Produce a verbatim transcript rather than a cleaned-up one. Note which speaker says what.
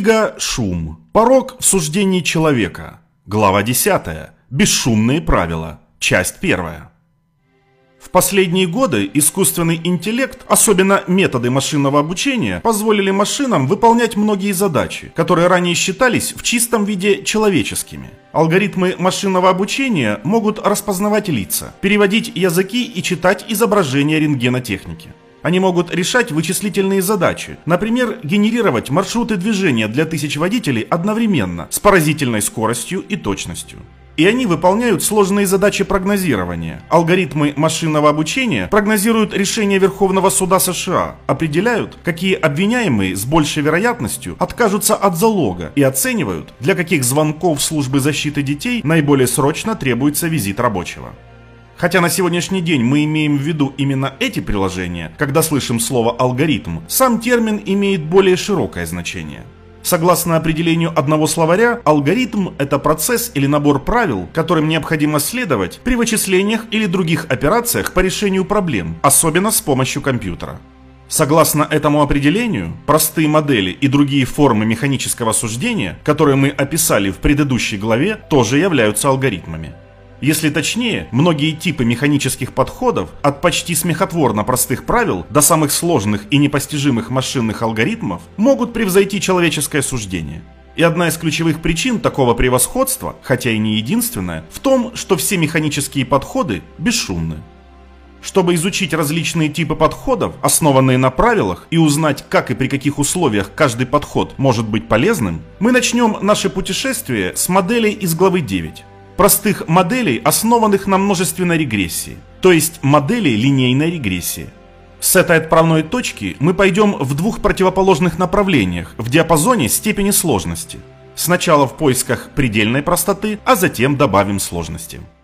Speaker 1: Книга «Шум. Порок в суждении человека». Глава десятая. Бесшумные правила. Часть первая. В последние годы искусственный интеллект, особенно методы машинного обучения, позволили машинам выполнять многие задачи, которые ранее считались в чистом виде человеческими. Алгоритмы машинного обучения могут распознавать лица, переводить языки и читать изображения рентгенотехники. Они могут решать вычислительные задачи, например, генерировать маршруты движения для тысяч водителей одновременно с поразительной скоростью и точностью. И они выполняют сложные задачи прогнозирования. Алгоритмы машинного обучения прогнозируют решения Верховного суда США, определяют, какие обвиняемые с большей вероятностью откажутся от залога и оценивают, для каких звонков службы защиты детей наиболее срочно требуется визит рабочего. Хотя на сегодняшний день мы имеем в виду именно эти приложения, когда слышим слово «алгоритм», сам термин имеет более широкое значение. Согласно определению одного словаря, алгоритм – это процесс или набор правил, которым необходимо следовать при вычислениях или других операциях по решению проблем, особенно с помощью компьютера. Согласно этому определению, простые модели и другие формы механического суждения, которые мы описали в предыдущей главе, тоже являются алгоритмами. Если точнее, многие типы механических подходов, от почти смехотворно простых правил до самых сложных и непостижимых машинных алгоритмов, могут превзойти человеческое суждение. И одна из ключевых причин такого превосходства, хотя и не единственная, в том, что все механические подходы бесшумны. Чтобы изучить различные типы подходов, основанные на правилах, и узнать, как и при каких условиях каждый подход может быть полезным, мы начнем наше путешествие с моделей из главы девять. Простых моделей, основанных на множественной регрессии, то есть моделей линейной регрессии. С этой отправной точки мы пойдем в двух противоположных направлениях в диапазоне степени сложности. Сначала в поисках предельной простоты, а затем добавим сложности.